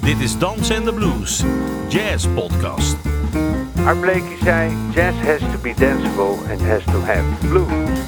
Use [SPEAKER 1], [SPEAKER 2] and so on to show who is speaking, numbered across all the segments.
[SPEAKER 1] Dit is Dans and the Blues, Jazz Podcast.
[SPEAKER 2] Art Blakey zei, jazz has to be danceable and has to have blues.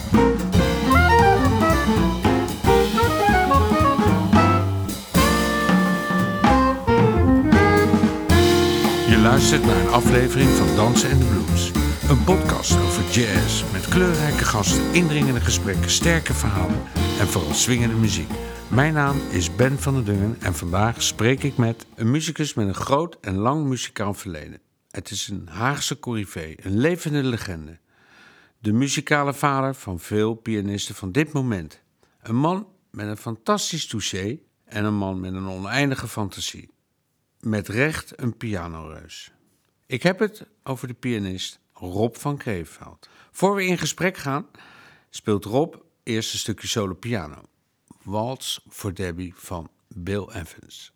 [SPEAKER 3] Je luistert naar een aflevering van Dansen en de Blues. Een podcast over jazz met kleurrijke gasten, indringende gesprekken, sterke verhalen en vooral swingende muziek. Mijn naam is Ben van der Dungen en vandaag spreek ik met een muzikus met een groot en lang muzikaal verleden. Het is een Haagse coryfee, een levende legende. De muzikale vader van veel pianisten van dit moment. Een man met een fantastisch touché en een man met een oneindige fantasie. Met recht een pianoreus. Ik heb het over de pianist Rob van Creveld. Voor we in gesprek gaan, speelt Rob eerst een stukje solo piano. Waltz voor Debbie van Bill Evans.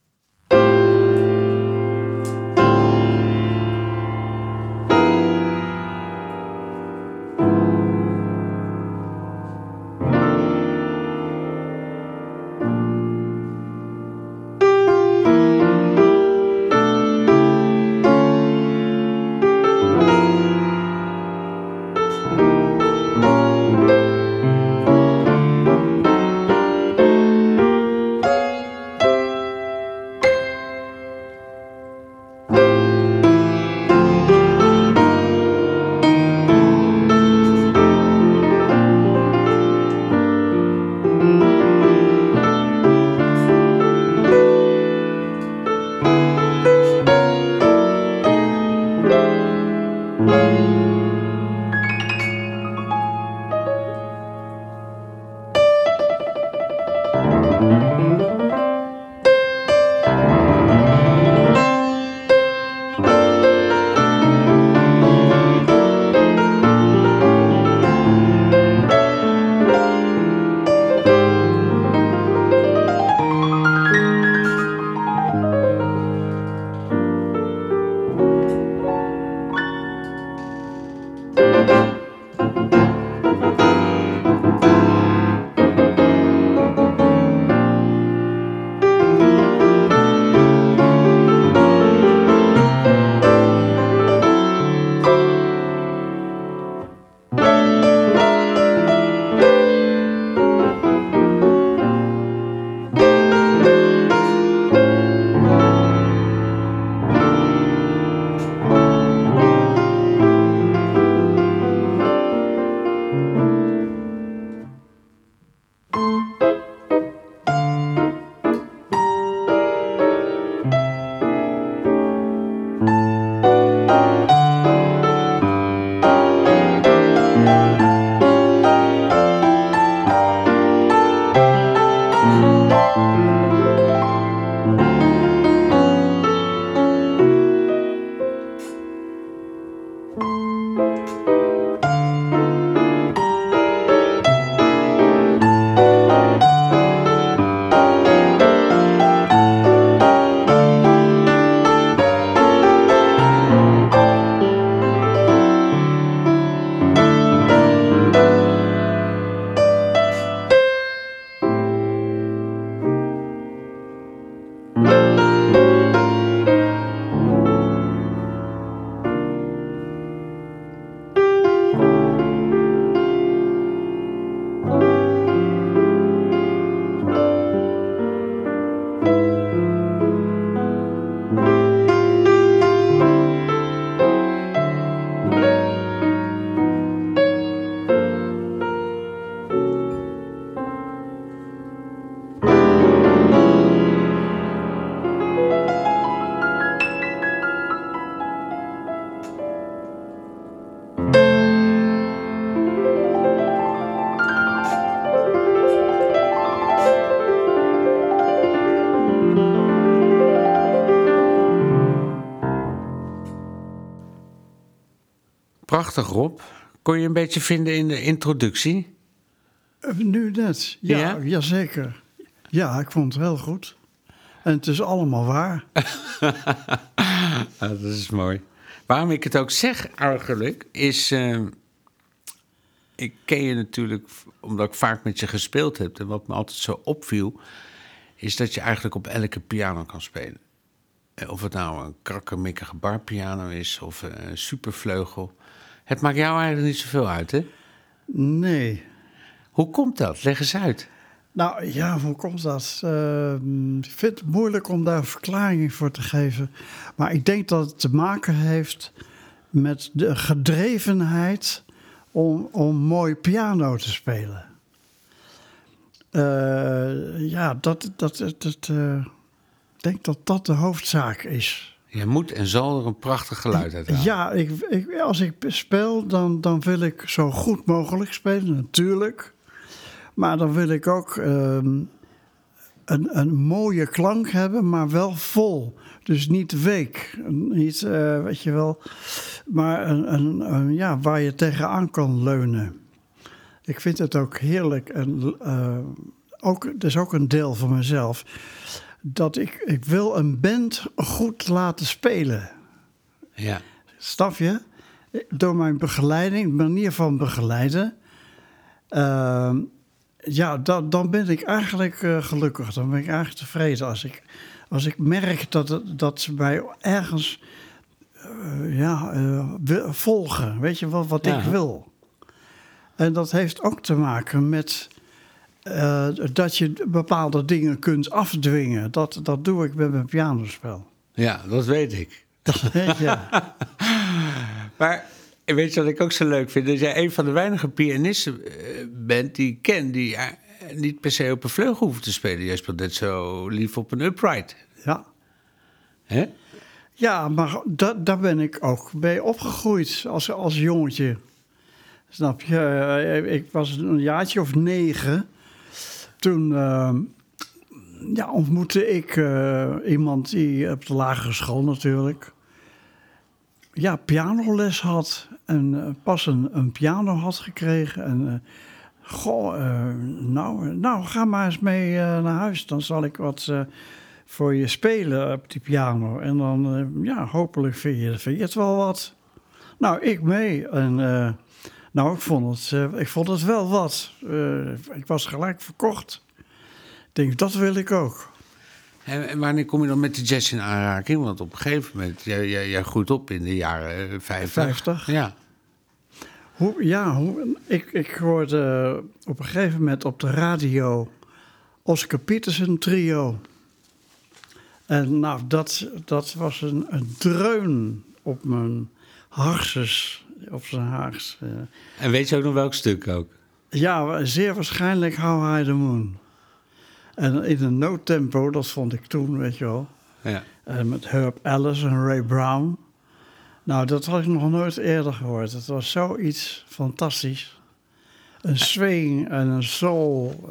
[SPEAKER 3] Prachtig, Rob. Kon je een beetje vinden in de introductie?
[SPEAKER 4] Nu net, ja, jazeker. Ja, ik vond het heel goed. En het is allemaal waar.
[SPEAKER 3] Dat is mooi. Waarom ik het ook zeg eigenlijk is... ik ken je natuurlijk omdat ik vaak met je gespeeld heb. En wat me altijd zo opviel... is dat je eigenlijk op elke piano kan spelen. Of het nou een krakkemikkige barpiano is of een supervleugel. Het maakt jou eigenlijk niet zoveel uit, hè?
[SPEAKER 4] Nee.
[SPEAKER 3] Hoe komt dat? Leg eens uit.
[SPEAKER 4] Nou ja, hoe komt dat? Ik vind het moeilijk om daar een verklaring voor te geven. Maar ik denk dat het te maken heeft met de gedrevenheid om mooi piano te spelen. Ik denk dat dat de hoofdzaak is.
[SPEAKER 3] Je moet en zal er een prachtig geluid uit halen.
[SPEAKER 4] Ja, als ik speel, dan wil ik zo goed mogelijk spelen, natuurlijk. Maar dan wil ik ook een mooie klank hebben, maar wel vol. Dus niet week. Niet, weet je wel, maar waar je tegenaan kan leunen. Ik vind het ook heerlijk. En dat is ook een deel van mezelf. Dat ik wil een band goed laten spelen.
[SPEAKER 3] Ja.
[SPEAKER 4] Snap je? Door mijn begeleiding, manier van begeleiden. Dan ben ik eigenlijk gelukkig. Dan ben ik eigenlijk tevreden. Als ik merk dat ze mij ergens volgen. Weet je wel, wat ik wil. En dat heeft ook te maken met dat je bepaalde dingen kunt afdwingen. Dat doe ik met mijn pianospel.
[SPEAKER 3] Ja, dat weet ik.
[SPEAKER 4] Ja.
[SPEAKER 3] Maar weet je wat ik ook zo leuk vind? Dat jij een van de weinige pianisten bent die ik ken... die niet per se op een vleugel hoeft te spelen. Jij speelt net zo lief op een upright.
[SPEAKER 4] Ja.
[SPEAKER 3] Hè?
[SPEAKER 4] Ja, maar daar ben ik ook mee opgegroeid als jongetje. Snap je? Ik was een jaartje of 9. Toen ontmoette ik iemand die op de lagere school natuurlijk... pianoles had en pas een piano had gekregen. En ga maar eens mee naar huis. Dan zal ik wat voor je spelen op die piano. En dan, hopelijk vind je het wel wat. Nou, ik mee. En ik vond het wel wat. Ik was gelijk verkocht. Ik denk, dat wil ik ook.
[SPEAKER 3] En wanneer kom je dan met de jazz in aanraking? Want op een gegeven moment, jij groeit op in de jaren 50. Ja.
[SPEAKER 4] Ik hoorde op een gegeven moment op de radio Oscar Peterson trio. En nou, dat was een dreun op mijn harses, op zijn haars.
[SPEAKER 3] En weet je ook nog welk stuk ook?
[SPEAKER 4] Ja, zeer waarschijnlijk How High the Moon. En in een noodtempo, dat vond ik toen, weet je wel.
[SPEAKER 3] Ja.
[SPEAKER 4] Met Herb Ellis en Ray Brown. Nou, dat had ik nog nooit eerder gehoord. Het was zoiets fantastisch. Een swing en een soul.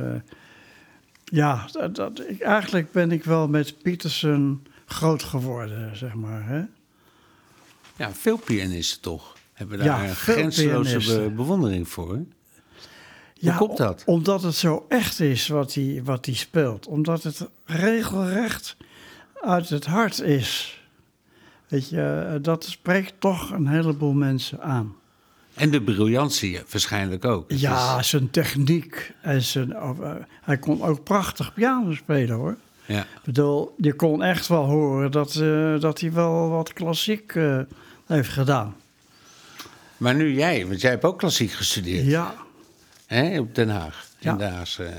[SPEAKER 4] Eigenlijk ben ik wel met Peterson groot geworden, zeg maar. Hè?
[SPEAKER 3] Ja, veel pianisten toch hebben daar een grenzeloze bewondering voor. Hè? Hoe komt dat?
[SPEAKER 4] Omdat het zo echt is wat hij speelt. Omdat het regelrecht uit het hart is. Weet je, dat spreekt toch een heleboel mensen aan.
[SPEAKER 3] En de briljantie waarschijnlijk ook.
[SPEAKER 4] Zijn techniek. En hij kon ook prachtig piano spelen, hoor.
[SPEAKER 3] Ja.
[SPEAKER 4] Ik bedoel, je kon echt wel horen dat hij wel wat klassiek heeft gedaan.
[SPEAKER 3] Maar nu jij, want jij hebt ook klassiek gestudeerd.
[SPEAKER 4] Ja.
[SPEAKER 3] Hè, op Den Haag.
[SPEAKER 4] Ja.
[SPEAKER 3] In de Haagse.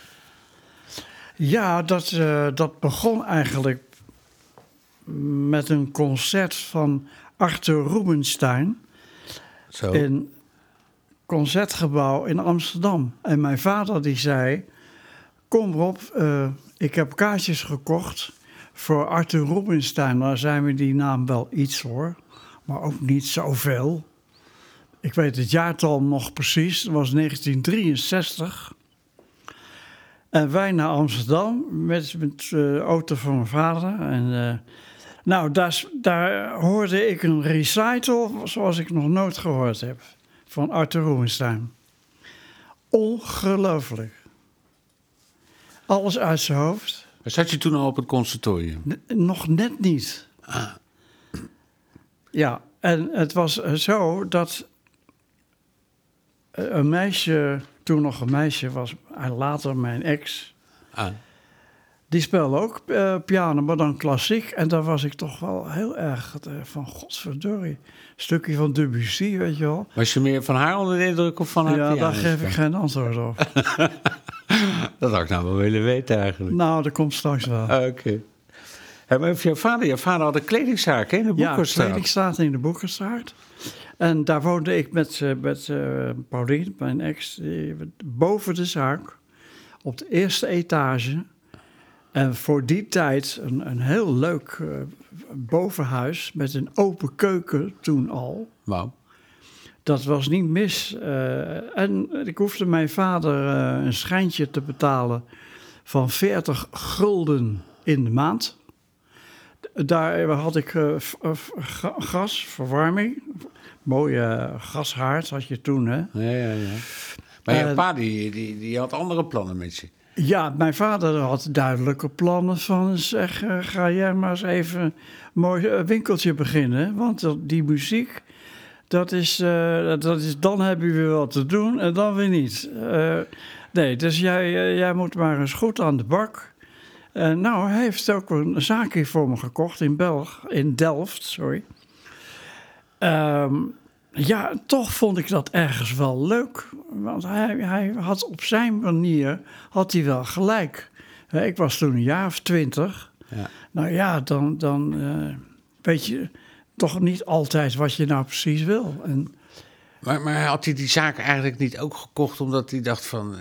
[SPEAKER 4] Ja, dat begon eigenlijk met een concert van Arthur Rubinstein.
[SPEAKER 3] Zo.
[SPEAKER 4] In Concertgebouw in Amsterdam. En mijn vader die zei, kom Rob, ik heb kaartjes gekocht voor Arthur Rubinstein. Nou zijn we die naam wel iets, hoor, maar ook niet zoveel. Ik weet het jaartal nog precies, dat was 1963. En wij naar Amsterdam met de auto van mijn vader. En daar hoorde ik een recital zoals ik nog nooit gehoord heb. Van Arthur Rubinstein. Ongelooflijk. Alles uit zijn hoofd.
[SPEAKER 3] Zat je toen al op het conservatorium?
[SPEAKER 4] Nog net niet.
[SPEAKER 3] Ah.
[SPEAKER 4] Ja, en het was zo dat een meisje, toen nog een meisje was, en later mijn ex, Die speelde ook piano, maar dan klassiek. En daar was ik toch wel heel erg van, godverdorie. Een stukje van Debussy, weet je wel.
[SPEAKER 3] Was je meer van haar onder de indruk of van haar piano?
[SPEAKER 4] Ja, daar geef ik geen antwoord op.
[SPEAKER 3] Dat had ik nou wel willen weten eigenlijk.
[SPEAKER 4] Nou, dat komt straks wel.
[SPEAKER 3] Oké. Maar over jouw vader had een kledingzaak hè, in de Boekenstraat.
[SPEAKER 4] Ja, Kledingstraat in de Boekenstraat. En daar woonde ik met Paulien, mijn ex, boven de zaak, op de eerste etage. En voor die tijd een heel leuk bovenhuis met een open keuken toen al.
[SPEAKER 3] Wauw.
[SPEAKER 4] Dat was niet mis. En ik hoefde mijn vader een schijntje te betalen van 40 gulden in de maand. Daar had ik gas, verwarming. Mooie gashaard had je toen, hè?
[SPEAKER 3] Ja. Maar je pa die had andere plannen met je.
[SPEAKER 4] Ja, mijn vader had duidelijke plannen van... zeg, ga jij maar eens even een mooi winkeltje beginnen. Want die muziek, dat is dan heb je weer wat te doen en dan weer niet. Nee, dus jij moet maar eens goed aan de bak. Nou, hij heeft ook een zaakje voor me gekocht in Delft, sorry. Ja, toch vond ik dat ergens wel leuk. Want hij had op zijn manier wel gelijk. Ik was toen een jaar of 20. Ja. Nou ja, dan weet je toch niet altijd wat je nou precies wil.
[SPEAKER 3] Maar had hij die zaak eigenlijk niet ook gekocht omdat hij dacht van...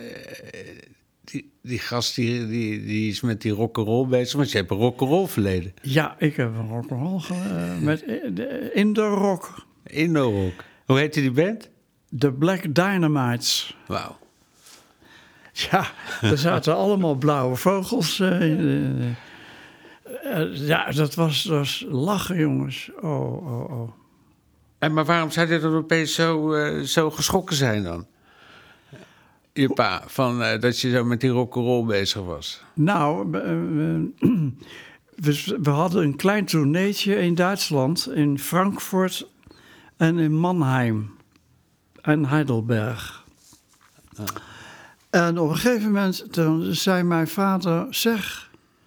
[SPEAKER 3] Die gast die is met die rock'n'roll bezig, want je hebt een rock'n'roll verleden.
[SPEAKER 4] Ja, ik heb een rock'n'roll met Indo-rock.
[SPEAKER 3] Indo-rock. Hoe heette die band?
[SPEAKER 4] The Black Dynamites.
[SPEAKER 3] Wauw.
[SPEAKER 4] Ja, er zaten allemaal blauwe vogels. Ja, dat was lachen, jongens. Oh.
[SPEAKER 3] Maar waarom zou dit dan opeens zo geschrokken zijn dan? Je pa, van dat je zo met die rock'n'roll bezig was? Nou,
[SPEAKER 4] we hadden een klein tourneetje in Duitsland, in Frankfurt en in Mannheim en Heidelberg. Ah. En op een gegeven moment toen zei mijn vader, zeg,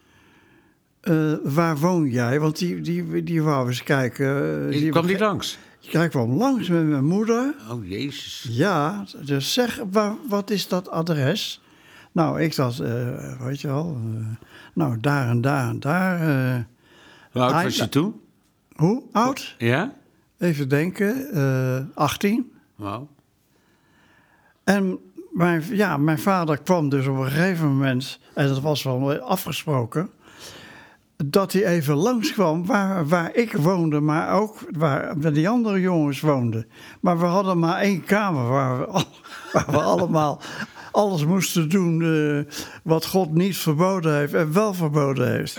[SPEAKER 4] waar woon jij? Want die wou eens kijken.
[SPEAKER 3] Kwam die langs?
[SPEAKER 4] Ik kwam langs met mijn moeder.
[SPEAKER 3] Oh, jezus.
[SPEAKER 4] Ja, dus zeg, wat is dat adres? Nou, ik dacht, weet je wel, nou, daar en daar en daar.
[SPEAKER 3] Hoe oud was je toen?
[SPEAKER 4] Hoe oud?
[SPEAKER 3] Ja?
[SPEAKER 4] Even denken, 18.
[SPEAKER 3] Wauw.
[SPEAKER 4] En mijn vader kwam dus op een gegeven moment, en dat was wel afgesproken, dat hij even langskwam waar ik woonde, maar ook waar die andere jongens woonden. Maar we hadden maar 1 kamer waar we allemaal alles moesten doen wat God niet verboden heeft en wel verboden heeft.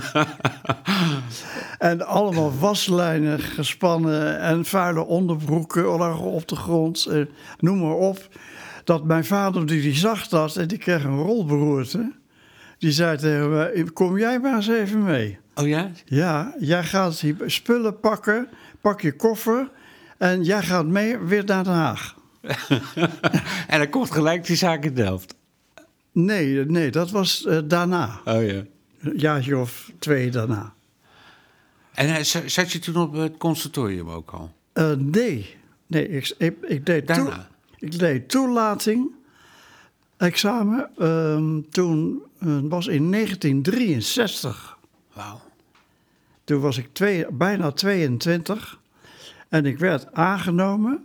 [SPEAKER 4] En allemaal waslijnen gespannen en vuile onderbroeken lagen op de grond, noem maar op. Dat mijn vader, die zag dat en die kreeg een rolberoerte. Die zei tegen me, kom jij maar eens even mee.
[SPEAKER 3] Oh ja?
[SPEAKER 4] Ja, jij gaat die spullen pakken, pak je koffer en jij gaat mee weer naar Den Haag.
[SPEAKER 3] En hij kocht gelijk die zaak in Delft?
[SPEAKER 4] Nee, dat was daarna.
[SPEAKER 3] Oh ja.
[SPEAKER 4] Een jaartje of 2 daarna.
[SPEAKER 3] En zat je toen op het conservatorium ook al?
[SPEAKER 4] Nee, ik deed
[SPEAKER 3] daarna?
[SPEAKER 4] Ik deed toelating, examen, toen was in 1963.
[SPEAKER 3] Wauw.
[SPEAKER 4] Toen was ik bijna 22 en ik werd aangenomen.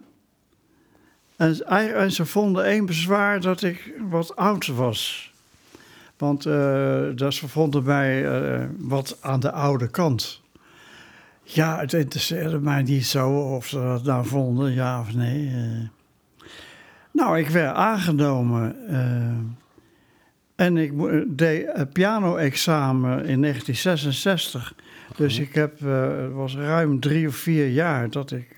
[SPEAKER 4] En ze vonden 1 bezwaar dat ik wat oud was. Want ze vonden mij wat aan de oude kant. Ja, het interesseerde mij niet zo of ze dat nou vonden, ja of nee. Nou, ik werd aangenomen en ik deed een piano-examen in 1966. Oh. Dus ik heb, het was ruim 3 of 4 jaar dat ik...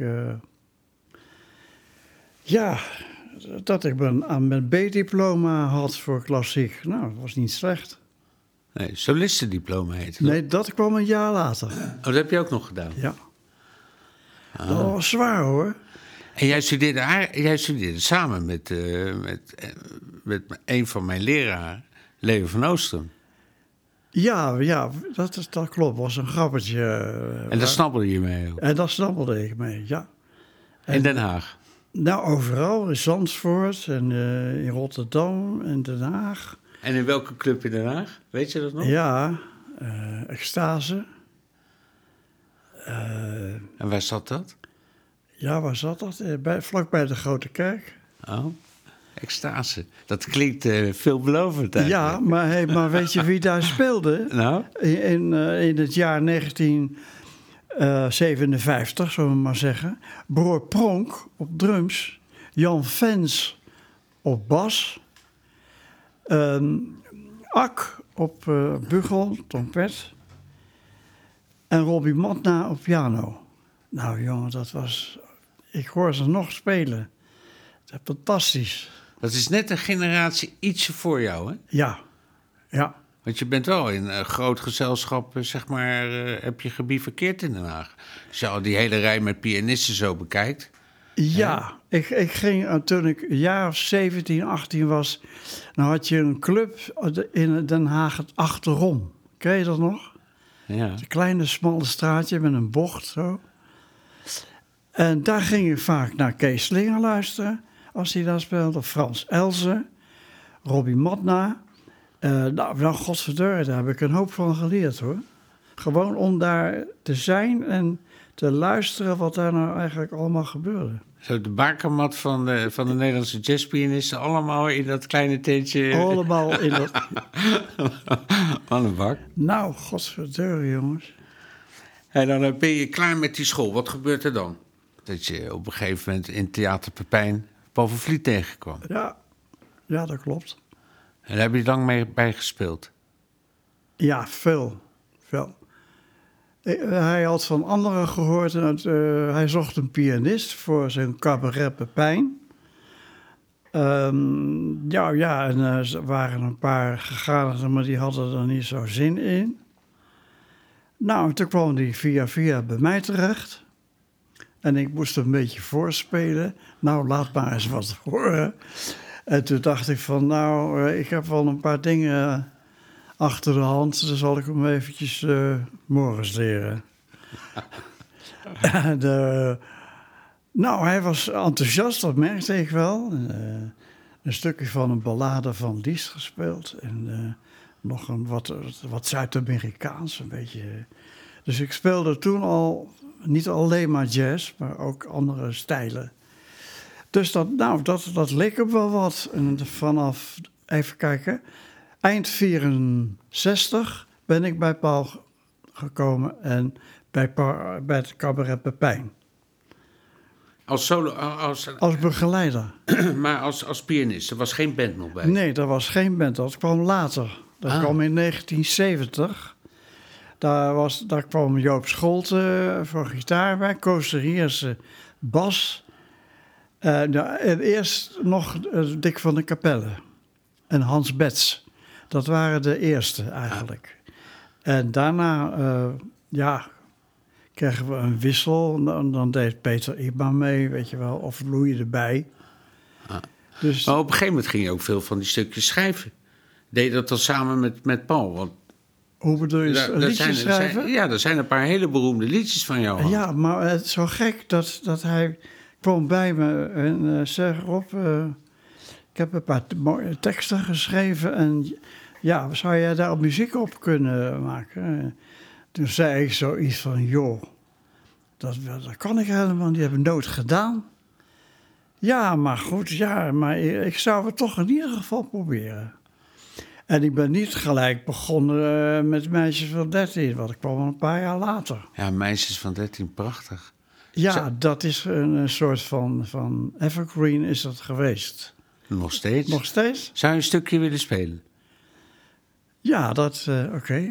[SPEAKER 4] dat ik mijn B-diploma had voor klassiek. Nou, dat was niet slecht.
[SPEAKER 3] Nee, solistendiploma heet het.
[SPEAKER 4] Nee, dat kwam een jaar later.
[SPEAKER 3] Oh, dat heb je ook nog gedaan?
[SPEAKER 4] Ja. Ah. Dat was zwaar, hoor.
[SPEAKER 3] En jij studeerde samen met een van mijn leraren, Leo van Oostrum.
[SPEAKER 4] Ja, dat klopt. Was een grappetje.
[SPEAKER 3] En daar snappelde je mee ook.
[SPEAKER 4] En daar snappelde ik mee, ja.
[SPEAKER 3] In Den Haag?
[SPEAKER 4] Nou, overal. In Zandvoort en in Rotterdam en Den Haag.
[SPEAKER 3] En in welke club in Den Haag? Weet je dat nog?
[SPEAKER 4] Ja, Extase.
[SPEAKER 3] En waar zat dat?
[SPEAKER 4] Ja, waar zat dat? Vlakbij de Grote Kerk.
[SPEAKER 3] Oh, Extase. Dat klinkt veelbelovend eigenlijk.
[SPEAKER 4] Ja, maar weet je wie daar speelde?
[SPEAKER 3] Nou?
[SPEAKER 4] In het jaar 1957, zullen we maar zeggen. Broer Pronk op drums. Jan Vens op bas. Ak op bugel, trompet. En Robbie Matna op piano. Nou jongen, dat was... Ik hoor ze nog spelen. Dat is fantastisch.
[SPEAKER 3] Dat is net een generatie ietsje voor jou, hè?
[SPEAKER 4] Ja.
[SPEAKER 3] Want je bent wel in een groot gezelschap, zeg maar, heb je gebivakkeerd in Den Haag. Als je al die hele rij met pianisten zo bekijkt.
[SPEAKER 4] Ja, ik ging toen ik een jaar of 17, 18 was... dan had je een club in Den Haag, het Achterom. Ken je dat nog?
[SPEAKER 3] Ja.
[SPEAKER 4] Een kleine, smalle straatje met een bocht zo. En daar ging ik vaak naar Kees Slinger luisteren... als hij daar speelde. Frans Elze, Robbie Matna. Nou, godverdomme, daar heb ik een hoop van geleerd, hoor. Gewoon om daar te zijn en te luisteren wat daar nou eigenlijk allemaal gebeurde.
[SPEAKER 3] Zo de bakermat van de Nederlandse jazzpianisten, allemaal in dat kleine tentje.
[SPEAKER 4] Allemaal in dat...
[SPEAKER 3] Wat een bak.
[SPEAKER 4] Nou, godverdomme, jongens.
[SPEAKER 3] En dan ben je klaar met die school. Wat gebeurt er dan? Dat je op een gegeven moment in Theater Pepijn Paul van Vliet tegenkwam.
[SPEAKER 4] Ja, dat klopt.
[SPEAKER 3] En daar heb je lang mee bij gespeeld?
[SPEAKER 4] Ja, veel. Hij had van anderen gehoord... hij zocht een pianist voor zijn cabaret Pepijn. En er waren een paar gegadigden... maar die hadden er niet zo zin in. Nou, toen kwam hij via bij mij terecht... En ik moest een beetje voorspelen. Nou, laat maar eens wat horen. En toen dacht ik van, ik heb wel een paar dingen achter de hand. Dan zal ik hem eventjes morgens leren. En, hij was enthousiast, dat merkte ik wel. Een stukje van een ballade van Liszt gespeeld. En nog een wat Zuid-Amerikaans, een beetje. Dus ik speelde toen al... Niet alleen maar jazz, maar ook andere stijlen. Dus dat leek op wel wat. En vanaf, even kijken, eind 64 ben ik bij Paul gekomen en bij het cabaret Pepijn.
[SPEAKER 3] Als solo?
[SPEAKER 4] Als begeleider.
[SPEAKER 3] Maar als pianist, er was geen band nog bij?
[SPEAKER 4] Nee, er was geen band, dat kwam later. Dat kwam in 1970... Daar kwam Joop Scholte voor gitaar bij, Koos de Rierse bas. En eerst nog Dick van der Capelle en Hans Betts. Dat waren de eerste eigenlijk. En daarna kregen we een wissel. Dan deed Peter Iba mee, weet je wel, of Louis erbij. Dus,
[SPEAKER 3] maar op een gegeven moment ging je ook veel van die stukjes schrijven. Deed je dat dan samen met Paul? Want
[SPEAKER 4] hoe bedoel je, liedjes schrijven?
[SPEAKER 3] Er zijn een paar hele beroemde liedjes van jou.
[SPEAKER 4] Ja, maar het is zo gek dat hij kwam bij me en zei... Rob, ik heb een paar mooie teksten geschreven... en ja, zou jij daar muziek op kunnen maken? Toen zei ik zoiets van, joh, dat kan ik helemaal niet, die heb ik nooit gedaan. Ja, maar goed, maar ik zou het toch in ieder geval proberen. En ik ben niet gelijk begonnen met Meisjes van 13, want ik kwam al een paar jaar later.
[SPEAKER 3] Ja, Meisjes van 13, prachtig.
[SPEAKER 4] Ja, dat is een soort van evergreen is dat geweest.
[SPEAKER 3] Nog steeds?
[SPEAKER 4] Nog steeds?
[SPEAKER 3] Zou je een stukje willen spelen?
[SPEAKER 4] Ja, oké.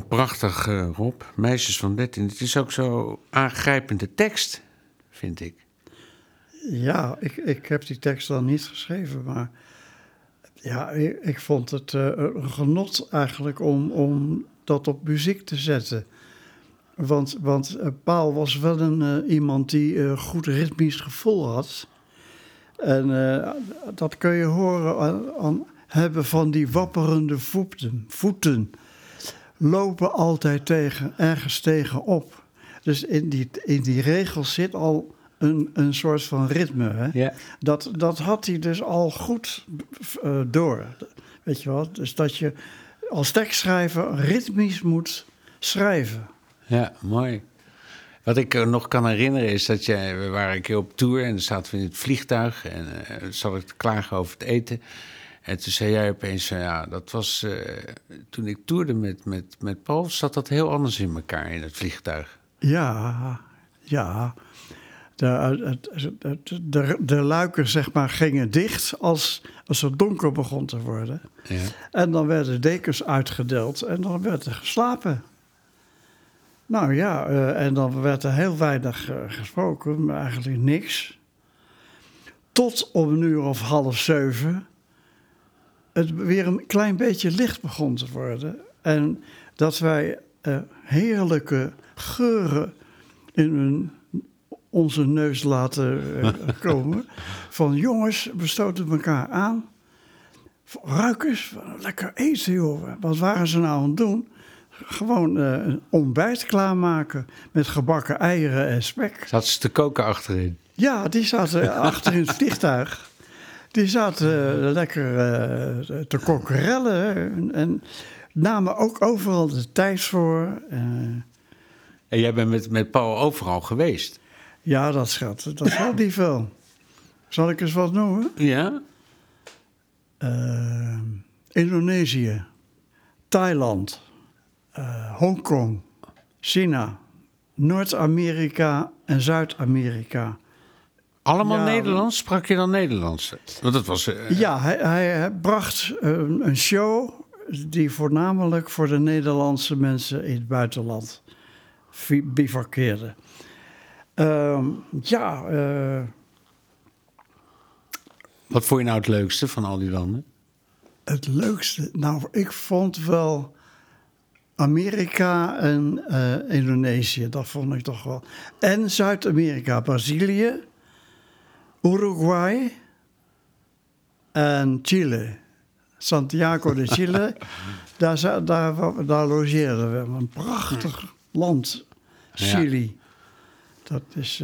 [SPEAKER 3] Prachtig, Rob. Meisjes van 13. Het is ook zo aangrijpende tekst, vind ik.
[SPEAKER 4] Ja, ik heb die tekst dan niet geschreven, maar ja, ik vond het een genot eigenlijk om dat op muziek te zetten. Want Paul was wel iemand die goed ritmisch gevoel had. En dat kun je horen aan hebben van die wapperende voeten. Lopen altijd ergens tegenop. Dus in die regels zit al een soort van ritme. Hè?
[SPEAKER 3] Ja.
[SPEAKER 4] Dat had hij dus al goed door. Weet je wel? Dus dat je als tekstschrijver ritmisch moet schrijven.
[SPEAKER 3] Ja, mooi. Wat ik nog kan herinneren is dat we waren een keer op tour en dan zaten we in het vliegtuig en zat ik te klagen over het eten. En toen zei jij opeens, dat was toen ik toerde met Paul, zat dat heel anders in elkaar in het vliegtuig.
[SPEAKER 4] Ja. De luiken, zeg maar, gingen dicht als het donker begon te worden.
[SPEAKER 3] Ja.
[SPEAKER 4] En dan werden dekens uitgedeeld en dan werd er geslapen. Nou ja, en dan werd er heel weinig gesproken, maar eigenlijk niks. Tot om 6:30 het weer een klein beetje licht begon te worden. En dat wij heerlijke geuren in onze neus laten komen. Van jongens, we stoten elkaar aan. Ruik eens, lekker eten joh. Wat waren ze nou aan het doen? Gewoon een ontbijt klaarmaken met gebakken eieren en spek.
[SPEAKER 3] Zaten ze te koken achterin?
[SPEAKER 4] Ja, die zaten achter in het vliegtuig. Die zaten lekker te kokkerellen en namen ook overal de tijd voor.
[SPEAKER 3] En jij bent met Paul overal geweest?
[SPEAKER 4] Ja, dat geldt niet veel. Zal ik eens wat noemen?
[SPEAKER 3] Ja?
[SPEAKER 4] Indonesië, Thailand, Hongkong, China, Noord-Amerika en Zuid-Amerika.
[SPEAKER 3] Allemaal
[SPEAKER 4] Ja,
[SPEAKER 3] Nederlands? Sprak je dan Nederlands? Want dat was...
[SPEAKER 4] Ja, hij bracht een show die voornamelijk voor de Nederlandse mensen in het buitenland bivakkeerde.
[SPEAKER 3] Wat vond je nou het leukste van al die landen?
[SPEAKER 4] Het leukste? Nou, ik vond wel Amerika en Indonesië. Dat vond ik toch wel. En Zuid-Amerika, Brazilië, Uruguay en Chile. Santiago de Chile. Daar logeerden we. Een prachtig land, Chili. Ja. Dat is...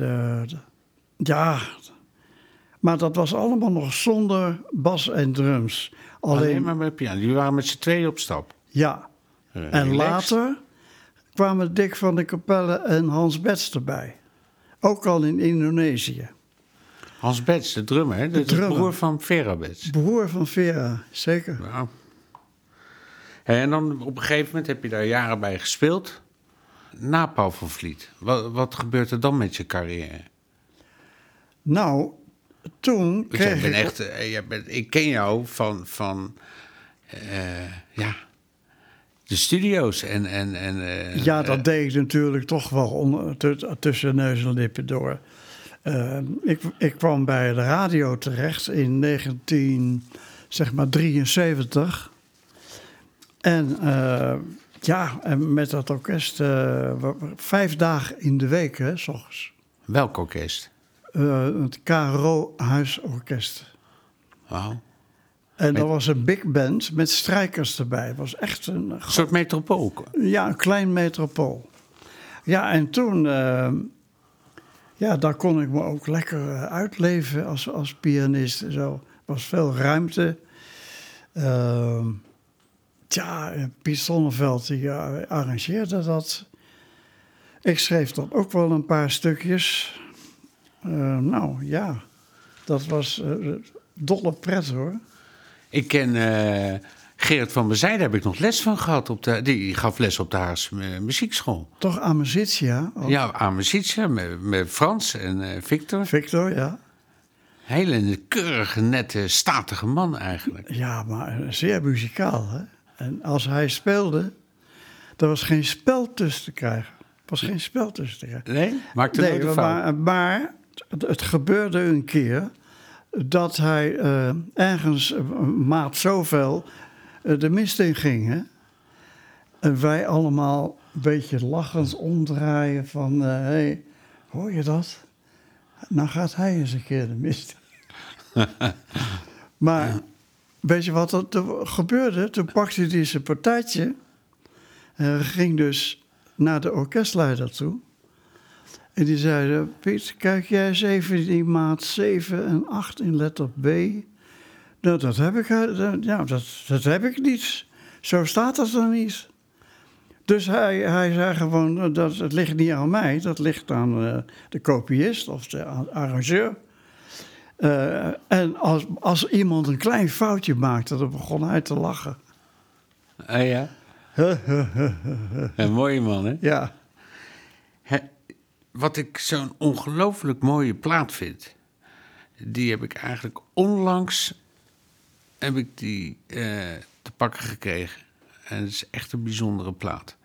[SPEAKER 4] Maar dat was allemaal nog zonder bas en drums.
[SPEAKER 3] Alleen maar met piano. Jullie waren met z'n tweeën op stap.
[SPEAKER 4] Ja. En later kwamen Dick van der Capelle en Hans Betts erbij. Ook al in Indonesië.
[SPEAKER 3] Hans Betts, de drummer, hè? De broer van Vera Betts.
[SPEAKER 4] Broer van Vera, zeker.
[SPEAKER 3] Wow. En dan op een gegeven moment heb je daar jaren bij gespeeld. Na Paul van Vliet. Wat gebeurt er dan met je carrière?
[SPEAKER 4] Nou, toen kreeg
[SPEAKER 3] ik ken jou van de studio's en
[SPEAKER 4] ja, dat deed ik natuurlijk toch wel tussen neus en lippen door. Ik kwam bij de radio terecht in 1973. En en met dat orkest 5 dagen in de week, hè, 's ochtends.
[SPEAKER 3] Welk orkest?
[SPEAKER 4] Het KRO Huisorkest.
[SPEAKER 3] Wauw.
[SPEAKER 4] En dat was een big band met strijkers erbij. Het was echt een
[SPEAKER 3] soort metropool.
[SPEAKER 4] Ja, een klein metropool. Ja, en toen... daar kon ik me ook lekker uitleven als pianist. En zo. Er was veel ruimte. Piet Sonneveld die arrangeerde dat. Ik schreef dan ook wel een paar stukjes. Dat was dolle pret hoor.
[SPEAKER 3] Ik ken Gerard van Bezijden, daar heb ik nog les van gehad. Die gaf les op de Haagse muziekschool.
[SPEAKER 4] Toch Amicitia?
[SPEAKER 3] Ja, Amicitia met Frans en Victor.
[SPEAKER 4] Victor, ja.
[SPEAKER 3] Hele keurige, nette, statige man eigenlijk.
[SPEAKER 4] Ja, maar zeer muzikaal, hè. En als hij speelde, Er was geen spel tussen te krijgen.
[SPEAKER 3] Nee? Maakte nooit een fout?
[SPEAKER 4] Maar het gebeurde een keer dat hij ergens maat zoveel de mist in ging. Hè? En wij allemaal een beetje lachend omdraaien van... hey, hoor je dat? Nou gaat hij eens een keer de mist. Maar weet je wat er gebeurde? Toen pakte hij zijn partijtje... en ging dus naar de orkestleider toe... En die zeiden, Piet, kijk jij eens even die maat 7 en 8 in letter B. Nou, dat heb ik niet. Zo staat dat er niet. Dus hij zei gewoon, het ligt niet aan mij. Dat ligt aan de kopiist of de arrangeur. En als iemand een klein foutje maakte, dan begon hij te lachen.
[SPEAKER 3] Ah ja? Een mooie man, hè?
[SPEAKER 4] Ja.
[SPEAKER 3] Wat ik zo'n ongelooflijk mooie plaat vind... die heb ik eigenlijk onlangs te pakken gekregen. En het is echt een bijzondere plaat.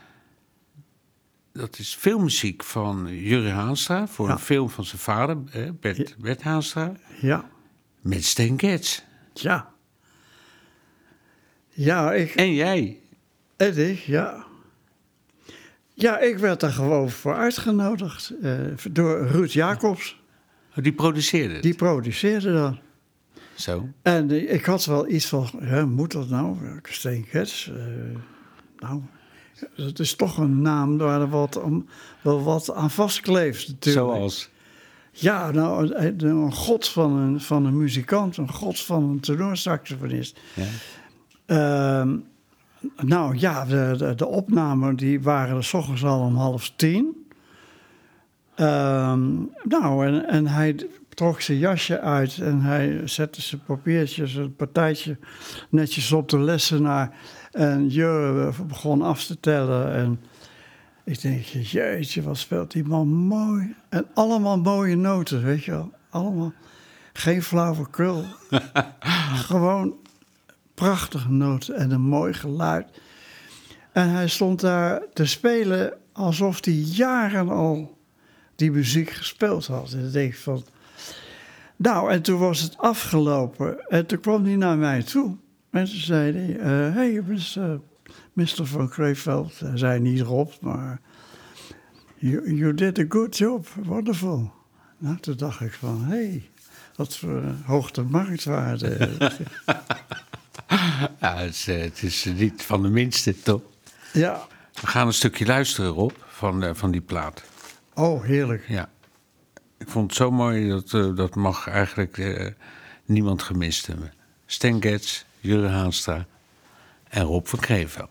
[SPEAKER 3] Dat is filmmuziek van Jurre Haanstra... voor een film van zijn vader, Bert Haanstra.
[SPEAKER 4] Ja.
[SPEAKER 3] Met Stan Getz.
[SPEAKER 4] Ja. Ja,
[SPEAKER 3] En jij.
[SPEAKER 4] En ik, ja. Ja, ik werd daar gewoon voor uitgenodigd door Ruud Jacobs.
[SPEAKER 3] Die produceerde het?
[SPEAKER 4] Die produceerde dat.
[SPEAKER 3] Zo.
[SPEAKER 4] En ik had wel iets van, moet dat nou? Stan Getz? Nou, het is toch een naam waar er wel wat aan vastkleeft natuurlijk.
[SPEAKER 3] Zoals?
[SPEAKER 4] Ja, nou, een god van een muzikant, een god van een tenorsaxofonist. Ja. Nou ja, de opnamen die waren er 's ochtends al om 9:30. Nou, en hij trok zijn jasje uit en hij zette zijn papiertjes, een partijtje netjes op de lessenaar. En Jurre begon af te tellen. En ik denk, jeetje, wat speelt die man mooi. En allemaal mooie noten, weet je wel. Allemaal geen flauwekul. Gewoon prachtige noten en een mooi geluid. En hij stond daar te spelen alsof hij jaren al die muziek gespeeld had. En ik denk van... Nou, en toen was het afgelopen. En toen kwam hij naar mij toe. En toen zei hij... hey, Mr. van Kreeveld. Hij zei niet Rob, maar... You did a good job. Wonderful. Nou, toen dacht ik van... Hey, wat voor hoogte marktwaarde.
[SPEAKER 3] Ja, het is niet van de minste, toch?
[SPEAKER 4] Ja.
[SPEAKER 3] We gaan een stukje luisteren, Rob, van die plaat.
[SPEAKER 4] Oh, heerlijk.
[SPEAKER 3] Ja. Ik vond het zo mooi, dat mag eigenlijk niemand gemist hebben. Stan Getz, Jurre Haanstra en Rob van Kreeveld.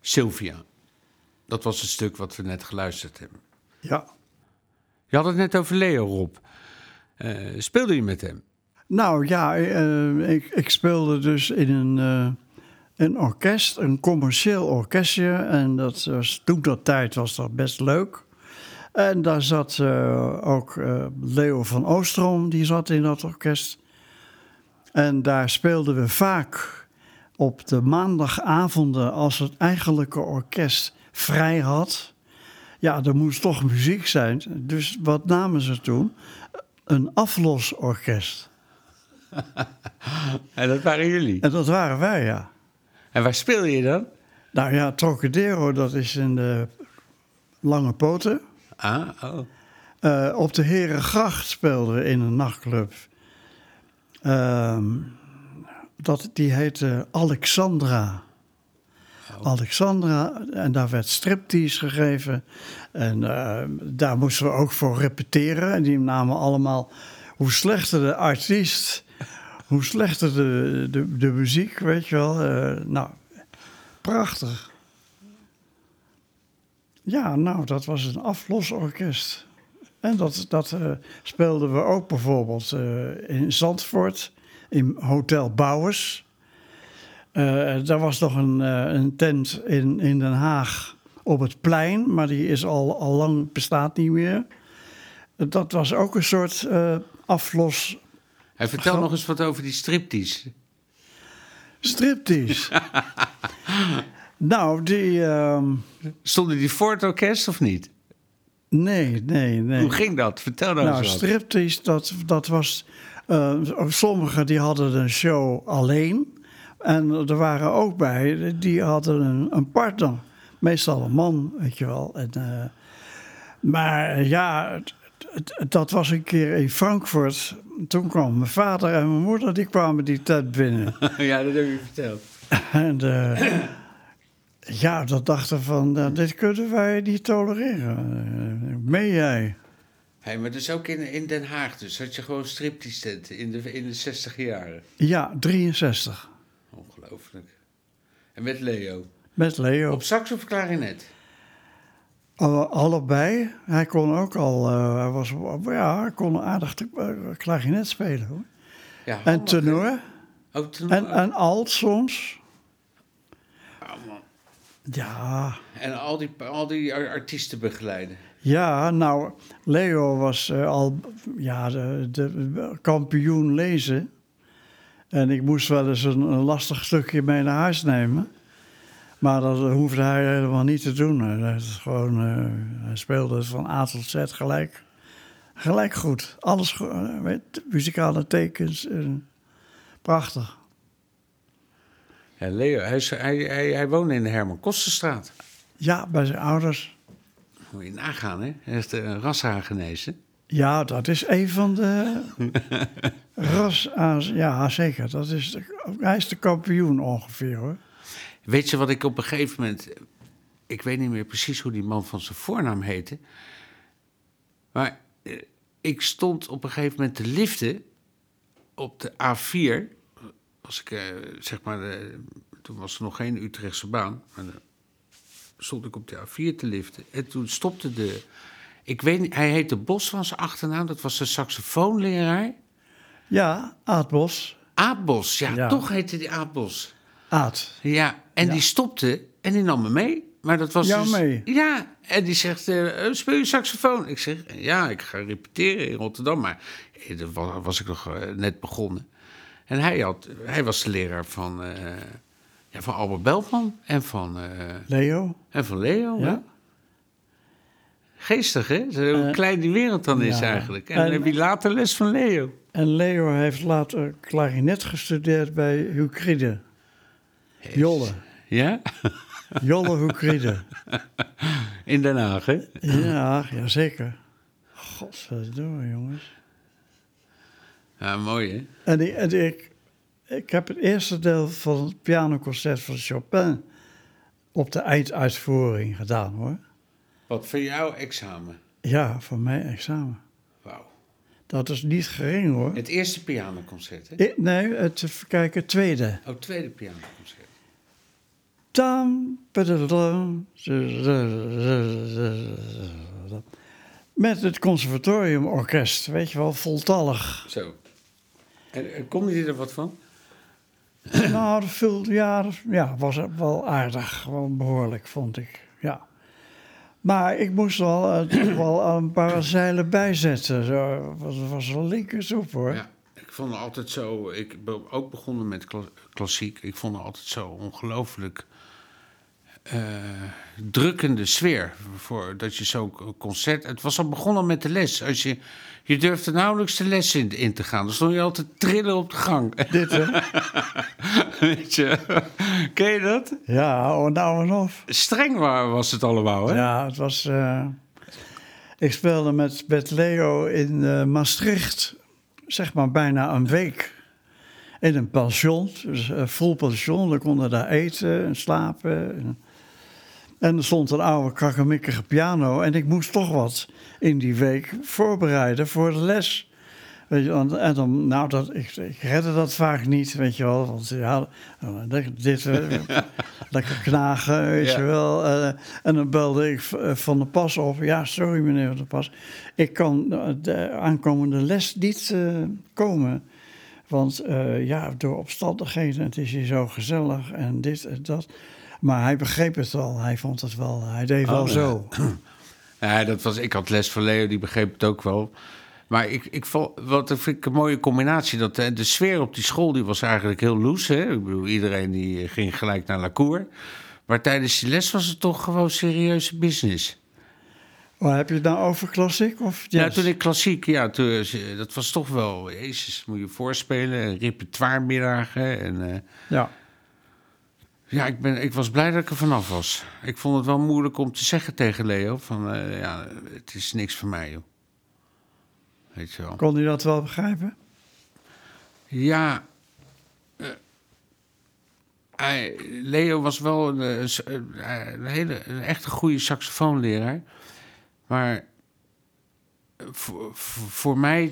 [SPEAKER 3] Sylvia. Dat was het stuk wat we net geluisterd hebben.
[SPEAKER 4] Ja.
[SPEAKER 3] Je had het net over Leo, Rob. Speelde je met hem?
[SPEAKER 4] Nou ja, ik speelde dus in een orkest, een commercieel orkestje. En dat was, toen dat tijd was dat best leuk. En daar zat ook Leo van Oostrom, die zat in dat orkest. En daar speelden we vaak op de maandagavonden als het eigenlijke orkest vrij had. Ja, er moest toch muziek zijn. Dus wat namen ze toen? Een aflosorkest.
[SPEAKER 3] En dat waren jullie?
[SPEAKER 4] En dat waren wij, ja.
[SPEAKER 3] En waar speelde je dan?
[SPEAKER 4] Nou ja, Trocadero, dat is in de Lange Poten. Op de Herengracht speelden we in een nachtclub. Die heette Alexandra. Alexandra, en daar werd striptease gegeven. En daar moesten we ook voor repeteren. En die namen allemaal, hoe slechter de artiest, hoe slechter de muziek, weet je wel. Nou, prachtig. Ja, nou, dat was een aflosorkest. En dat speelden we ook bijvoorbeeld in Zandvoort, in Hotel Bouwers. Daar was nog een tent in Den Haag op het plein, maar die is al lang bestaat niet meer. Dat was ook een soort aflos.
[SPEAKER 3] Hij vertel nog eens wat over die striptease.
[SPEAKER 4] Striptease? Nou, die...
[SPEAKER 3] Stonden die voor het orkest of niet?
[SPEAKER 4] Nee.
[SPEAKER 3] Hoe ging dat? Vertel nou eens wat.
[SPEAKER 4] Striptease, dat was... sommigen die hadden een show alleen. En er waren ook bij, die hadden een partner. Meestal een man, weet je wel. En, maar ja, dat was een keer in Frankfurt. Toen kwamen mijn vader en mijn moeder, die kwamen die tent binnen.
[SPEAKER 3] Ja, dat heb je verteld.
[SPEAKER 4] En ja, dat dachten van, dit kunnen wij niet tolereren. Meen jij?
[SPEAKER 3] Hey, maar dus ook in Den Haag dus, had je gewoon striptease tenten in de 60 jaren?
[SPEAKER 4] Ja, 63.
[SPEAKER 3] Ongelooflijk. En met Leo?
[SPEAKER 4] Met Leo.
[SPEAKER 3] Op sax of klarinet?
[SPEAKER 4] Allebei. Hij kon ook al, hij kon aardig klarinet spelen, hoor.
[SPEAKER 3] Ja,
[SPEAKER 4] en tenor.
[SPEAKER 3] Ook tenor.
[SPEAKER 4] En alt soms.
[SPEAKER 3] Oh, man.
[SPEAKER 4] Ja.
[SPEAKER 3] En al die artiesten begeleiden.
[SPEAKER 4] Ja, nou, Leo was al de kampioen lezen. En ik moest wel eens een lastig stukje mee naar huis nemen. Maar dat hoefde hij helemaal niet te doen. Hij speelde van A tot Z gelijk goed. Alles, muzikale tekens, prachtig.
[SPEAKER 3] Ja, Leo, hij woonde in de Herman Kosterstraat.
[SPEAKER 4] Ja, bij zijn ouders.
[SPEAKER 3] Moet je nagaan, hè? Hij is de rashagenezen.
[SPEAKER 4] Ja, dat is een van de ja, zeker. Hij is de kampioen ongeveer, hoor.
[SPEAKER 3] Weet je wat ik op een gegeven moment... Ik weet niet meer precies hoe die man van zijn voornaam heette. Maar ik stond op een gegeven moment te liften op de A4. Was ik, toen was er nog geen Utrechtse baan. Maar dan stond ik op de A4 te liften. En toen stopte ik weet niet, hij heette Bos van zijn achternaam. Dat was de saxofoonleraar.
[SPEAKER 4] Ja, Aad Bos.
[SPEAKER 3] Aad Bos, ja, toch heette die Aad Bos.
[SPEAKER 4] Aad.
[SPEAKER 3] Ja, en die stopte en die nam me mee. Maar dat was
[SPEAKER 4] jou mee?
[SPEAKER 3] Ja, en die zegt, speel je saxofoon? Ik zeg, ja, ik ga repeteren in Rotterdam. Maar dat was ik nog net begonnen. En hij was de leraar van Albert Beltman en van...
[SPEAKER 4] Leo.
[SPEAKER 3] En van Leo,
[SPEAKER 4] ja.
[SPEAKER 3] Hè? Geestig, hè? Hoe klein die wereld dan is eigenlijk. En dan heb je later les van Leo.
[SPEAKER 4] En Leo heeft later klarinet gestudeerd bij Hucride. Jolle.
[SPEAKER 3] Ja?
[SPEAKER 4] Jolle Hucride.
[SPEAKER 3] In Den Haag, hè?
[SPEAKER 4] Ja, zeker. Godverdomme, jongens.
[SPEAKER 3] Ja, mooi, hè?
[SPEAKER 4] En ik heb het eerste deel van het pianoconcert van Chopin op de einduitvoering gedaan, hoor.
[SPEAKER 3] Wat, voor jouw examen?
[SPEAKER 4] Ja, voor mijn examen.
[SPEAKER 3] Wauw.
[SPEAKER 4] Dat is niet gering, hoor.
[SPEAKER 3] Het eerste pianoconcert, hè?
[SPEAKER 4] Nee, het tweede.
[SPEAKER 3] Oh, tweede pianoconcert.
[SPEAKER 4] Tam, met het conservatoriumorkest, weet je wel, voltallig.
[SPEAKER 3] Zo. En kon je er wat van?
[SPEAKER 4] Nou, was het wel aardig, wel behoorlijk, vond ik, ja. Maar ik moest toch wel een paar zeilen bijzetten. Zo, dat was wel linkersoep, hoor.
[SPEAKER 3] Ja, ik vond het altijd zo... Ik ben ook begonnen met klassiek. Ik vond het altijd zo ongelooflijk drukkende sfeer. Dat je zo'n concert... Het was al begonnen met de les. Je durfde nauwelijks de les in te gaan. Dan stond je altijd trillen op de gang.
[SPEAKER 4] Dit, hè?
[SPEAKER 3] Weet je? Ken je dat?
[SPEAKER 4] Ja, nou en of.
[SPEAKER 3] Streng was het allemaal, hè?
[SPEAKER 4] Ja, het was... ik speelde met Leo in Maastricht, zeg maar bijna een week. In een pension, dus vol pension. We konden daar eten en slapen. En er stond een oude krakkemikkige piano. En ik moest toch wat in die week voorbereiden voor de les. Weet je, en dan, ik redde dat vaak niet, weet je wel. Want ja, lekker knagen, weet je wel. En dan belde ik Van der Pas op. Ja, sorry meneer Van der Pas. Ik kan de aankomende les niet komen. Want door omstandigheden, het is hier zo gezellig en dit en dat. Maar hij begreep het wel. Hij vond het wel. Hij deed wel zo.
[SPEAKER 3] Ja, ik had les van Leo, die begreep het ook wel. Maar dat vind ik een mooie combinatie. Dat de sfeer op die school die was eigenlijk heel loose. Hè? Ik bedoel, iedereen die ging gelijk naar La Cour. Maar tijdens die les was het toch gewoon serieuze business.
[SPEAKER 4] Maar heb je het nou over klassiek of jazz?
[SPEAKER 3] Ja, toen ik klassiek, dat was toch wel... Jezus, moet je voorspelen, repertoiremiddagen en...
[SPEAKER 4] Ja.
[SPEAKER 3] Ja, ik was blij dat ik er vanaf was. Ik vond het wel moeilijk om te zeggen tegen Leo van... het is niks voor mij, joh. Weet je wel.
[SPEAKER 4] Kon hij dat wel begrijpen?
[SPEAKER 3] Ja. Leo was wel een echte goede saxofoonleraar. Maar voor mij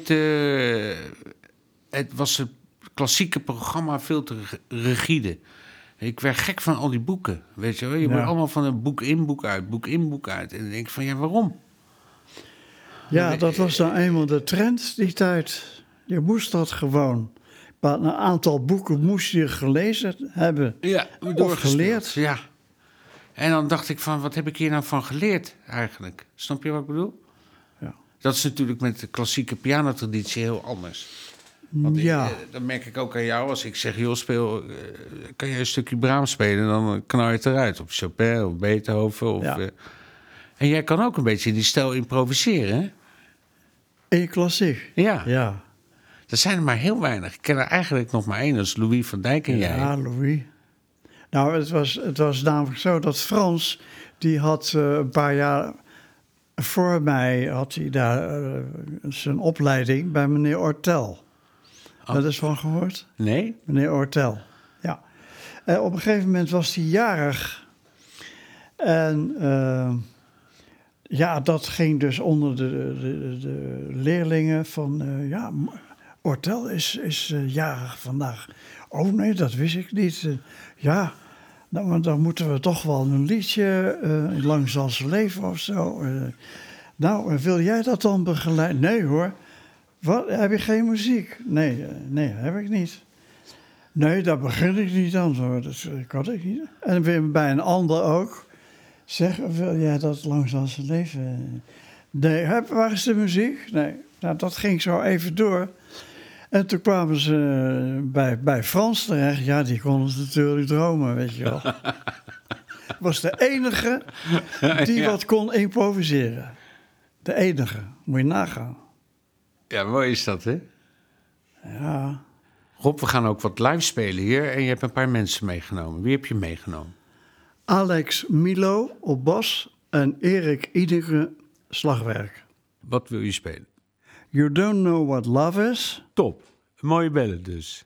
[SPEAKER 3] het was het klassieke programma veel te rigide. Ik werd gek van al die boeken, weet je wel. Je moet allemaal van een boek in, boek uit, boek in, boek uit. En dan denk ik van, ja, waarom?
[SPEAKER 4] Ja, dat was nou eenmaal de trend die tijd. Je moest dat gewoon. Maar een aantal boeken moest je gelezen hebben.
[SPEAKER 3] Ja,
[SPEAKER 4] of geleerd.
[SPEAKER 3] Ja. En dan dacht ik van, wat heb ik hier nou van geleerd eigenlijk? Snap je wat ik bedoel?
[SPEAKER 4] Ja.
[SPEAKER 3] Dat is natuurlijk met de klassieke pianotraditie heel anders. Want dan merk ik ook aan jou, als ik zeg, joh, kan je een stukje Brahms spelen, dan knal je het eruit. Of Chopin, of Beethoven. En jij kan ook een beetje in die stijl improviseren, hè?
[SPEAKER 4] In klassiek?
[SPEAKER 3] Ja. Er zijn er maar heel weinig. Ik ken er eigenlijk nog maar één, dat is Louis van Dijk en jij.
[SPEAKER 4] Ja, Louis. Nou, het was namelijk zo dat Frans, die had een paar jaar voor mij, had hij daar zijn opleiding bij meneer Ortel. Dat is van gehoord?
[SPEAKER 3] Nee?
[SPEAKER 4] Meneer Ortel, ja. Op een gegeven moment was hij jarig. En dat ging dus onder de leerlingen van... Ortel is jarig vandaag. Oh nee, dat wist ik niet. Dan moeten we toch wel een liedje... Lang zal ze leven of zo. Wil jij dat dan begeleiden? Nee hoor. Wat, heb je geen muziek? Nee, heb ik niet. Nee, daar begin ik niet aan. Dat kan ik niet. En weer bij een ander ook. Zeg, wil jij dat lang zal ze leven? Nee, waar is de muziek? Nee, nou, dat ging zo even door. En toen kwamen ze bij Frans terecht. Ja, die kon het natuurlijk dromen, weet je wel. Was de enige die wat kon improviseren. De enige, moet je nagaan.
[SPEAKER 3] Ja, mooi is dat, hè?
[SPEAKER 4] Ja.
[SPEAKER 3] Rob, we gaan ook wat live spelen hier en je hebt een paar mensen meegenomen. Wie heb je meegenomen?
[SPEAKER 4] Alex Milo op bas en Erik Ideke slagwerk.
[SPEAKER 3] Wat wil je spelen?
[SPEAKER 4] You Don't Know What Love Is.
[SPEAKER 3] Top. Een mooie bellen dus.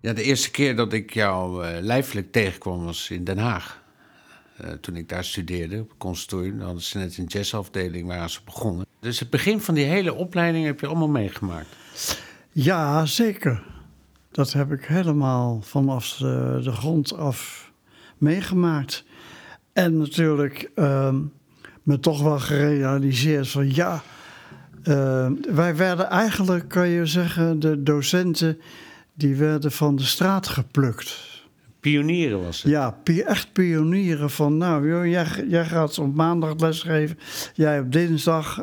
[SPEAKER 3] Ja, de eerste keer dat ik jou lijfelijk tegenkwam was in Den Haag. Toen ik daar studeerde op het conservatorium. Dan hadden ze net een jazzafdeling waar ze begonnen. Dus het begin van die hele opleiding heb je allemaal meegemaakt.
[SPEAKER 4] Ja, zeker. Dat heb ik helemaal vanaf de grond af meegemaakt. En natuurlijk me toch wel gerealiseerd van ja... wij werden eigenlijk, kan je zeggen, de docenten... die werden van de straat geplukt.
[SPEAKER 3] Pionieren was het.
[SPEAKER 4] Ja, echt pionieren van... nou, joh, jij gaat op maandag lesgeven, jij op dinsdag...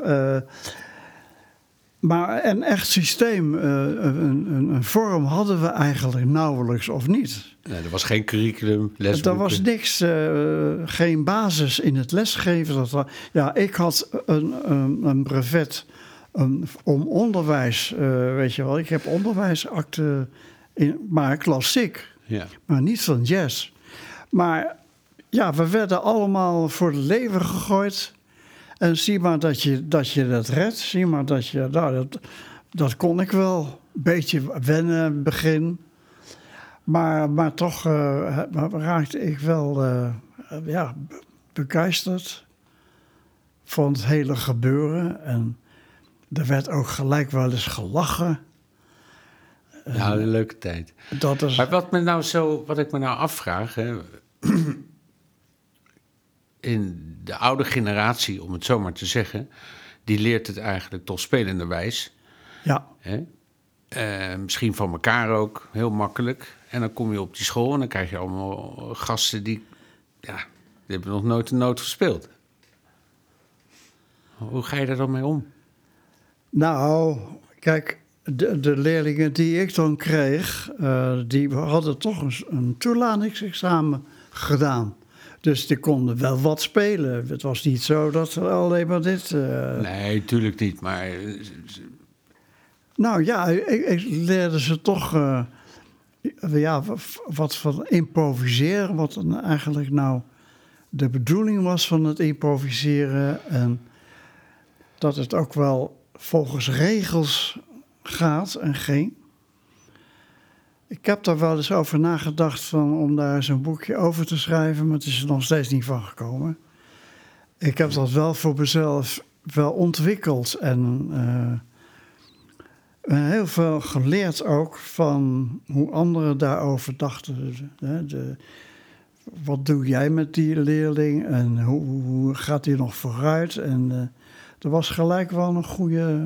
[SPEAKER 4] maar een echt systeem, een vorm hadden we eigenlijk nauwelijks of niet.
[SPEAKER 3] Nee, er was geen curriculum, lesboeken.
[SPEAKER 4] Er was niks, geen basis in het lesgeven. Ik had een brevet om onderwijs, weet je wel. Ik heb onderwijsakte, maar klassiek, maar niet van jazz. Maar ja, we werden allemaal voor het leven gegooid... En zie maar dat je dat redt. Zie maar dat je... Nou, dat kon ik wel. Een beetje wennen in het begin. Maar toch raakte ik wel begeisterd van het hele gebeuren. En er werd ook gelijk wel eens gelachen.
[SPEAKER 3] Ja, een leuke tijd.
[SPEAKER 4] Dat is...
[SPEAKER 3] Maar wat ik me nou afvraag... Hè, in de oude generatie, om het zo maar te zeggen... die leert het eigenlijk toch spelenderwijs.
[SPEAKER 4] Ja.
[SPEAKER 3] Misschien van elkaar ook, heel makkelijk. En dan kom je op die school en dan krijg je allemaal gasten... die hebben nog nooit een noot gespeeld. Hoe ga je daar dan mee om?
[SPEAKER 4] Nou, kijk, de leerlingen die ik dan kreeg... die hadden toch een toelatingsexamen gedaan... Dus die konden wel wat spelen. Het was niet zo dat er alleen maar dit...
[SPEAKER 3] Nee, tuurlijk niet, maar...
[SPEAKER 4] Nou ja, ik leerde ze toch wat van improviseren. Wat dan eigenlijk nou de bedoeling was van het improviseren. En dat het ook wel volgens regels gaat en ging. Ik heb daar wel eens over nagedacht om daar eens een boekje over te schrijven, maar het is er nog steeds niet van gekomen. Ik heb dat wel voor mezelf wel ontwikkeld en heel veel geleerd ook van hoe anderen daarover dachten. Wat doe jij met die leerling en hoe gaat die nog vooruit? En er was gelijk wel een goede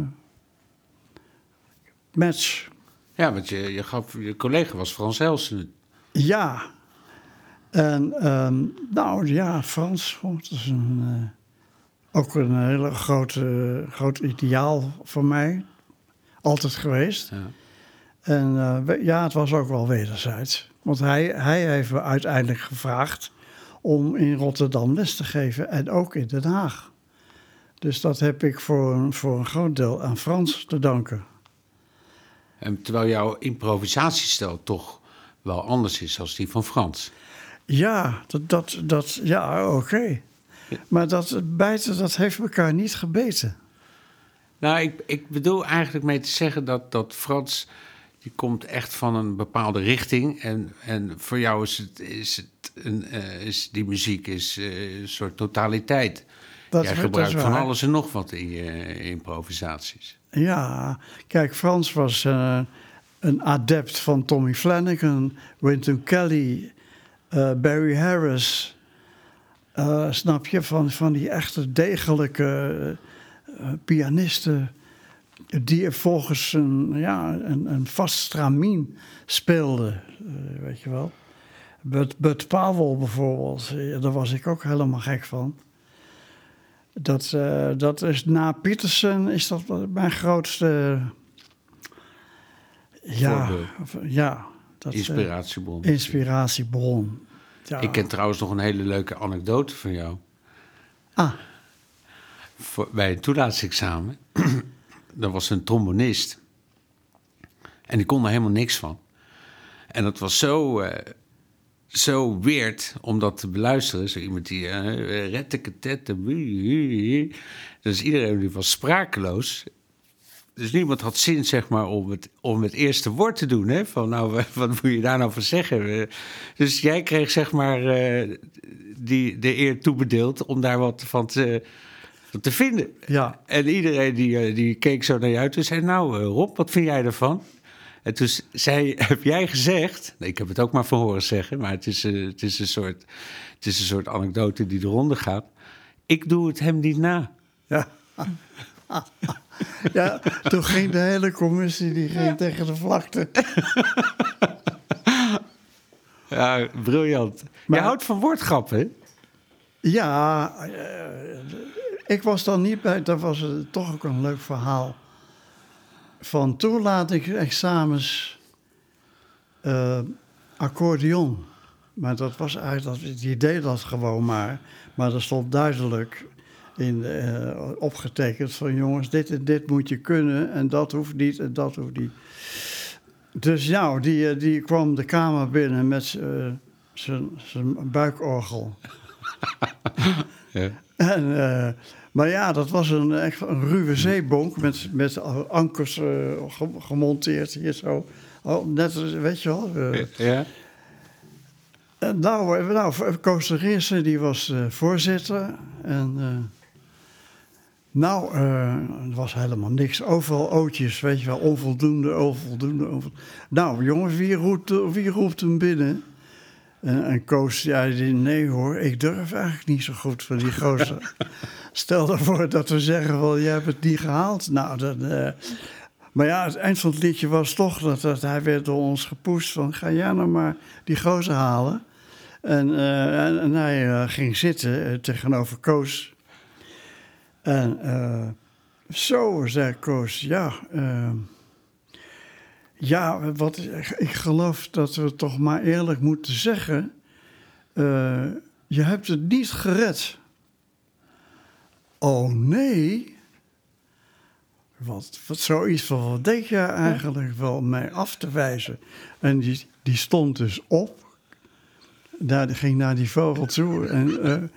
[SPEAKER 4] match.
[SPEAKER 3] Ja, want je collega was Frans Helsen.
[SPEAKER 4] Ja. En Frans, dat is ook een hele groot ideaal voor mij. Altijd geweest. Ja. En het was ook wel wederzijds. Want hij heeft me uiteindelijk gevraagd om in Rotterdam les te geven en ook in Den Haag. Dus dat heb ik voor een groot deel aan Frans te danken.
[SPEAKER 3] En terwijl jouw improvisatiestijl toch wel anders is dan die van Frans.
[SPEAKER 4] Ja, oké. Ja. Maar dat bijten, dat heeft elkaar niet gebeten.
[SPEAKER 3] Nou, ik bedoel eigenlijk mee te zeggen dat Frans... die komt echt van een bepaalde richting. En voor jou is die muziek een soort totaliteit. Jij gebruikt van alles en nog wat in je improvisaties.
[SPEAKER 4] Ja, kijk, Frans was een adept van Tommy Flanagan, Wynton Kelly, Barry Harris. Snap je, van die echte degelijke pianisten die volgens een vast stramien speelden, weet je wel. Bud Powell bijvoorbeeld, daar was ik ook helemaal gek van. Dat is na Peterson is dat mijn grootste inspiratiebron. Ja.
[SPEAKER 3] Ik ken trouwens nog een hele leuke anekdote van jou. Bij een toelatingsexamen. Er was een trombonist. En die kon er helemaal niks van. En dat was zo weird om dat te beluisteren. Zo iemand die retteketette. Dus iedereen die was sprakeloos. Dus niemand had zin, zeg maar, om het eerste woord te doen. Hè? Van, nou, wat moet je daar nou van zeggen? Dus jij kreeg, zeg maar, de eer toebedeeld om daar wat van te vinden.
[SPEAKER 4] Ja.
[SPEAKER 3] En iedereen die keek zo naar je uit en zei, nou, Rob, wat vind jij ervan? En toen heb jij gezegd... Nee, ik heb het ook maar van horen zeggen, maar het is een soort anekdote die de ronde gaat. Ik doe het hem niet na.
[SPEAKER 4] Ja. Ja, toen ging de hele commissie die ging tegen de vlakte.
[SPEAKER 3] Ja, briljant.
[SPEAKER 4] Maar,
[SPEAKER 3] je houdt van woordgrappen, hè?
[SPEAKER 4] Ja, ik was dan niet bij... Dat was toch ook een leuk verhaal. Van toelatingsexamens accordeon. Maar dat was eigenlijk... Die deed dat gewoon maar. Maar er stond duidelijk... opgetekend van jongens, dit en dit moet je kunnen en dat hoeft niet en dat hoeft niet. Dus ja, die kwam de kamer binnen met zijn buikorgel. Ja. Maar ja, dat was echt een ruwe zeebonk met ankers gemonteerd hier zo. Net, weet je wel.
[SPEAKER 3] Ja.
[SPEAKER 4] Koos de Reersen, die was voorzitter en... er was helemaal niks. Overal ootjes, weet je wel. Onvoldoende. Nou, jongens, wie roept hem binnen? En Koos, nee hoor, ik durf eigenlijk niet zo goed van die gozer. Stel ervoor dat we zeggen, wel, jij hebt het niet gehaald. Nou, maar ja, het eind van het liedje was toch dat hij werd door ons gepusht van... ga jij nou maar die gozer halen. En hij ging zitten tegenover Koos... En zo, zei Koos, ik geloof dat we toch maar eerlijk moeten zeggen... je hebt het niet gered. Oh nee? Wat zoiets van, wat denk je eigenlijk wel mij af te wijzen? En die stond dus op, ging naar die vogel toe en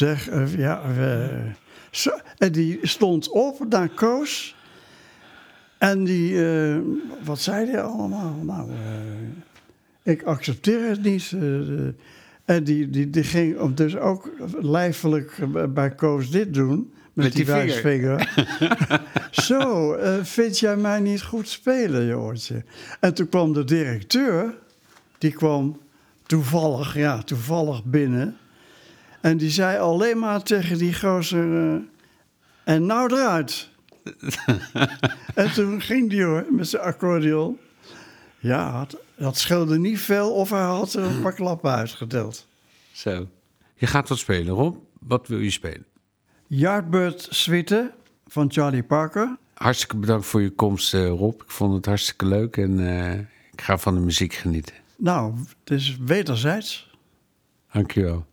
[SPEAKER 4] en die stond op naar Koos. En die, wat zei hij allemaal? Nou, ik accepteer het niet. En die ging dus ook lijfelijk bij Koos dit doen. Met die wijsvinger. Zo, vind jij mij niet goed spelen, Joortje? En toen kwam de directeur. Die kwam toevallig binnen. En die zei alleen maar tegen die gozer... en nou eruit. En toen ging die hoor, met zijn accordeon. Ja, dat scheelde niet veel of hij had er een paar klappen uitgedeeld.
[SPEAKER 3] Zo. Je gaat wat spelen, Rob. Wat wil je spelen?
[SPEAKER 4] Yardbird Suite van Charlie Parker.
[SPEAKER 3] Hartstikke bedankt voor je komst, Rob. Ik vond het hartstikke leuk en ik ga van de muziek genieten.
[SPEAKER 4] Nou, het is wederzijds.
[SPEAKER 3] Dankjewel.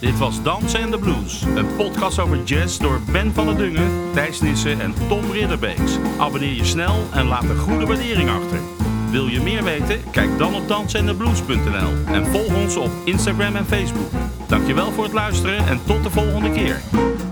[SPEAKER 1] Dit was Dansen en de Blues, een podcast over jazz door Ben van der Dungen, Thijs Nissen en Tom Ridderbeeks. Abonneer je snel en laat een goede waardering achter. Wil je meer weten? Kijk dan op dansenandeblues.nl en volg ons op Instagram en Facebook. Dankjewel voor het luisteren en tot de volgende keer.